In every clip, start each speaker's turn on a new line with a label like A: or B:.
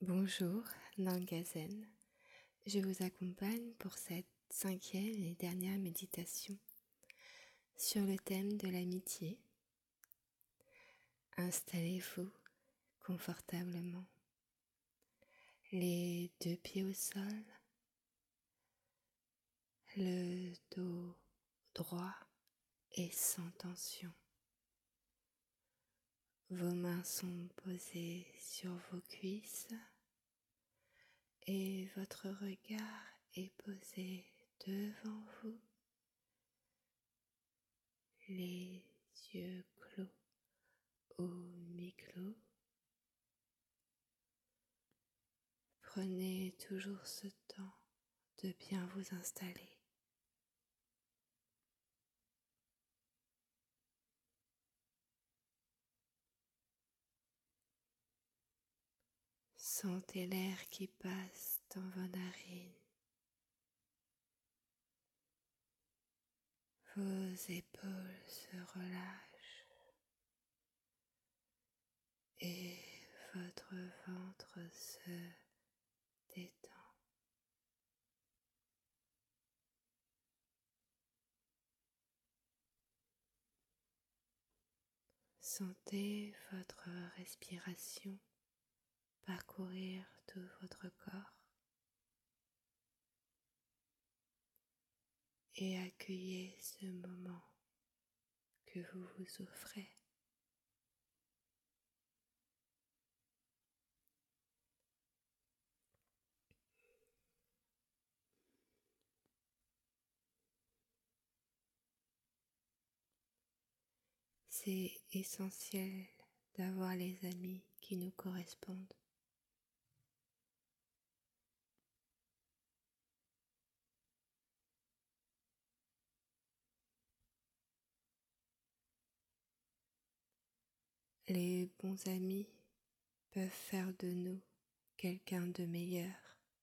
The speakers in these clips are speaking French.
A: Bonjour, Nangazen. Je vous accompagne pour cette 5e et dernière méditation sur le thème de l'amitié. Installez-vous confortablement, les 2 pieds au sol, le dos droit et sans tension. Vos mains sont posées sur vos cuisses et votre regard est posé devant vous, les yeux clos ou mi-clos. Prenez toujours ce temps de bien vous installer. Sentez l'air qui passe dans vos narines. Vos épaules se relâchent et votre ventre se détend. Sentez votre respiration parcourir tout votre corps et accueillez ce moment que vous vous offrez. C'est essentiel d'avoir les amis qui nous correspondent. Les bons amis peuvent faire de nous quelqu'un de meilleur.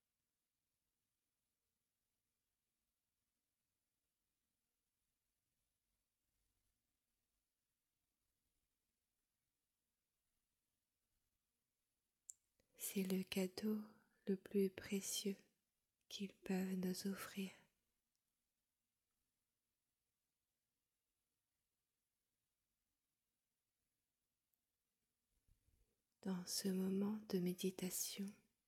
A: C'est le cadeau le plus précieux qu'ils peuvent nous offrir. Dans ce moment de méditation,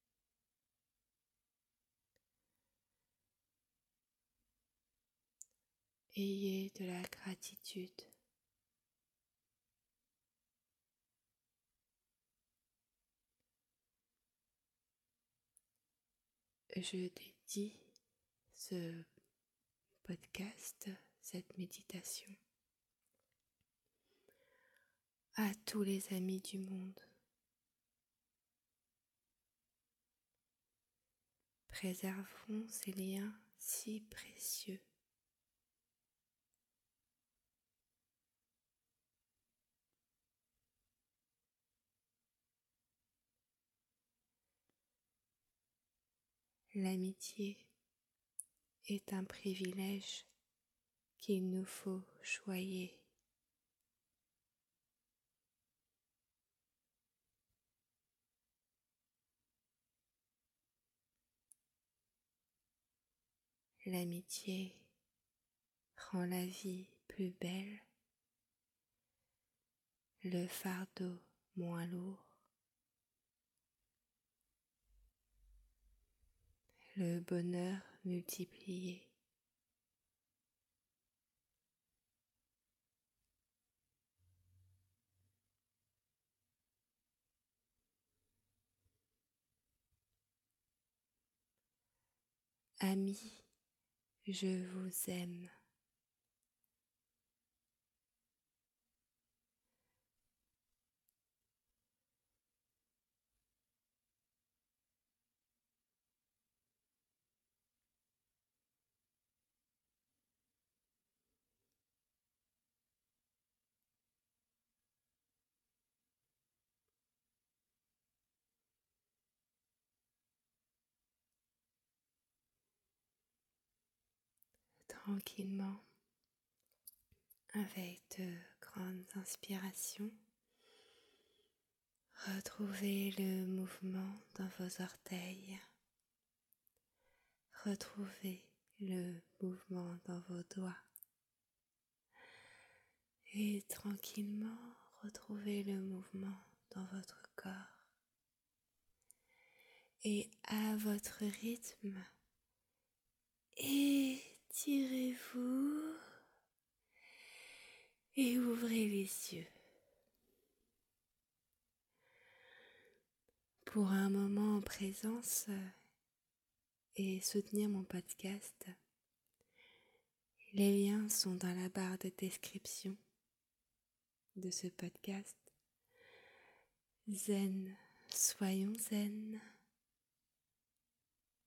A: ayez de la gratitude. Je dédie ce podcast, cette méditation, à tous les amis du monde. Préservons ces liens si précieux. L'amitié est un privilège qu'il nous faut choyer. L'amitié rend la vie plus belle, le fardeau moins lourd, le bonheur multiplié. Amis, je vous aime. Tranquillement, avec de grandes inspirations, retrouvez le mouvement dans vos orteils. Retrouvez le mouvement dans vos doigts. Et tranquillement, retrouvez le mouvement dans votre corps. Et à votre rythme, étirez-vous et ouvrez les yeux. Pour un moment en présence et soutenir mon podcast, les liens sont dans la barre de description de ce podcast. Zen, soyons zen.